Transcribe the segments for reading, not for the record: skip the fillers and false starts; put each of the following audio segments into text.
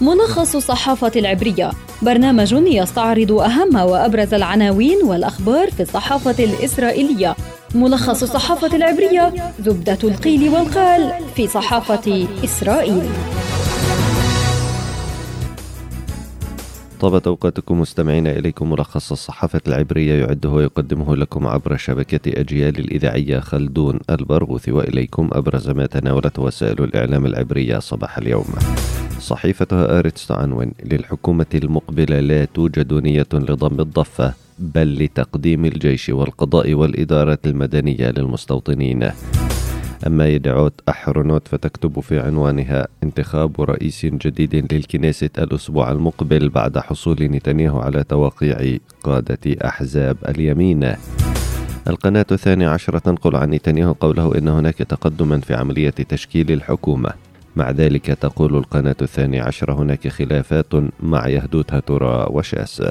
ملخص الصحافة العبرية، برنامج يستعرض أهم وأبرز العناوين والأخبار في الصحافة الإسرائيلية. ملخص الصحافة العبرية، زبدة القيل والقال في صحافة إسرائيل. طابت أوقاتكم مستمعين، إليكم ملخص الصحافة العبرية يعده ويقدمه لكم عبر شبكة أجيال الإذاعية خلدون البرغوثي، وإليكم أبرز ما تناولت وسائل الإعلام العبرية صباح اليوم. صحيفة هآرتس تعنون: للحكومة المقبلة لا توجد نية لضم الضفة، بل لتقديم الجيش والقضاء والإدارة المدنية للمستوطنين. أما يدعوت أحرنوت فتكتب في عنوانها: انتخاب رئيس جديد للكنيسة الأسبوع المقبل بعد حصول نتنياهو على توقيع قادة أحزاب اليمين. القناة 12 تنقل عن نتنياهو قوله إن هناك تقدما في عملية تشكيل الحكومة. مع ذلك تقول القناة 12 هناك خلافات مع يهدوت هاتورا وشاس.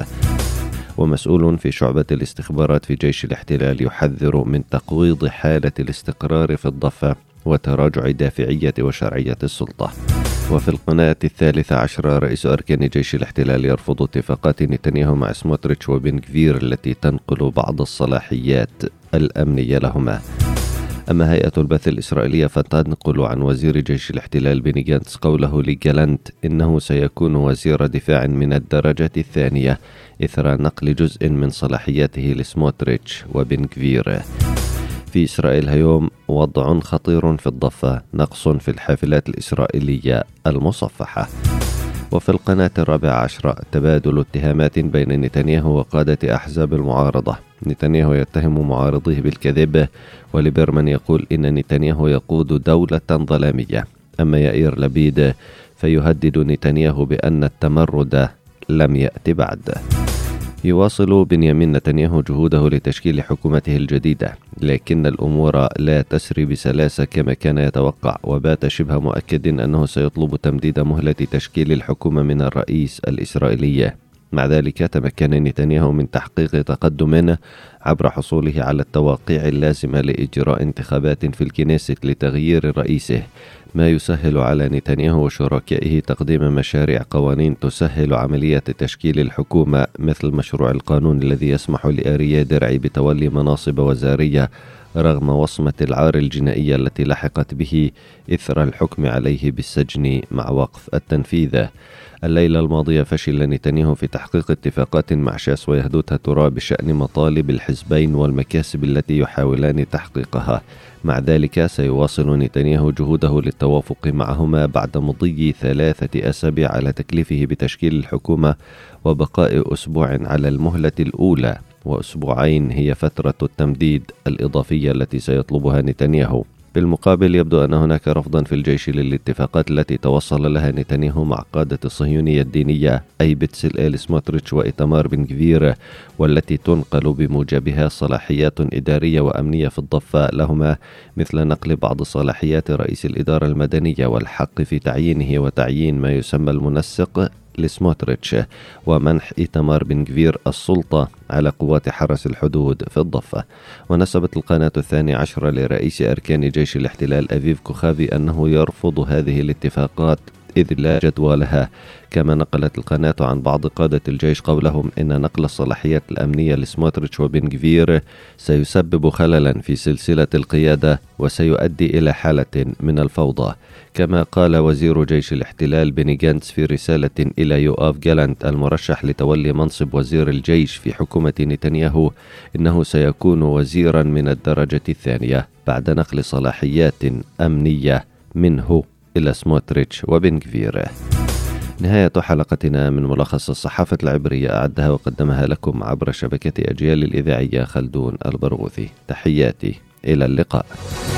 ومسؤول في شعبة الاستخبارات في جيش الاحتلال يحذر من تقويض حالة الاستقرار في الضفة وتراجع دافعية وشرعية السلطة. وفي القناة 13 رئيس أركان جيش الاحتلال يرفض اتفاقات نتنياهو مع سموتريتش وبن غفير التي تنقل بعض الصلاحيات الأمنية لهما. أما هيئة البث الإسرائيلية فتنقل عن وزير جيش الاحتلال بني جانتس قوله لجالنت إنه سيكون وزير دفاع من الدرجة الثانية إثر نقل جزء من صلاحياته لسموتريتش وبن غفير. في إسرائيل هيوم: وضع خطير في الضفة، نقص في الحافلات الإسرائيلية المصفحة. وفي القناة 14 تبادل اتهامات بين نتنياهو وقادة أحزاب المعارضة. نتنياهو يتهم معارضيه بالكذب، وليبرمان يقول إن نتنياهو يقود دولة ظلامية. أما يائير لبيد فيهدد نتنياهو بأن التمرد لم يأتي بعد. يواصل بنيامين نتنياهو جهوده لتشكيل حكومته الجديدة، لكن الأمور لا تسري بسلاسة كما كان يتوقع، وبات شبه مؤكد أنه سيطلب تمديد مهلة تشكيل الحكومة من الرئيس الإسرائيلي. مع ذلك تمكن نتنياهو من تحقيق تقدم عبر حصوله على التوقيع اللازمة لإجراء انتخابات في الكنيسة لتغيير رئيسه، ما يسهل على نتنياهو وشركائه تقديم مشاريع قوانين تسهل عملية تشكيل الحكومة، مثل مشروع القانون الذي يسمح لآريا درعي بتولي مناصب وزارية رغم وصمة العار الجنائية التي لحقت به إثر الحكم عليه بالسجن مع وقف التنفيذ. الليلة الماضية فشل نتنياهو في تحقيق اتفاقات مع شاس ويهدوت هاتورا بشأن مطالب الحزبين والمكاسب التي يحاولان تحقيقها. مع ذلك سيواصل نتنياهو جهوده للتوافق معهما بعد مضي 3 أسابيع على تكليفه بتشكيل الحكومة وبقاء أسبوع على المهلة الأولى، وأسبوعين هي فترة التمديد الإضافية التي سيطلبها نتنياهو. بالمقابل يبدو أن هناك رفضا في الجيش للاتفاقات التي توصل لها نتنياهو مع قادة الصهيونية الدينية أي بتسلئيل سموتريتش وإيتمار بن غفير، والتي تنقل بموجبها صلاحيات إدارية وأمنية في الضفة لهما، مثل نقل بعض صلاحيات رئيس الإدارة المدنية والحق في تعيينه وتعيين ما يسمى المنسق لسموتريتش، ومنح إيتمار بن غفير السلطة على قوات حرس الحدود في الضفة. ونسبت القناة 12 لرئيس أركان جيش الاحتلال أفيف كوخافي أنه يرفض هذه الاتفاقات إذ لا جدوى لها. كما نقلت القناة عن بعض قادة الجيش قولهم إن نقل الصلاحيات الأمنية لسموتريتش وبن غفير سيسبب خللا في سلسلة القيادة وسيؤدي إلى حالة من الفوضى. كما قال وزير جيش الاحتلال بني جانتس في رسالة إلى يوآف جالنت المرشح لتولي منصب وزير الجيش في حكومة نتنياهو إنه سيكون وزيرا من الدرجة الثانية بعد نقل صلاحيات أمنية منه إلى سموتريتش وبن غفير. نهاية حلقتنا من ملخص الصحافة العبرية، أعدها وقدمها لكم عبر شبكة أجيال الإذاعية خلدون البرغوثي. تحياتي، إلى اللقاء.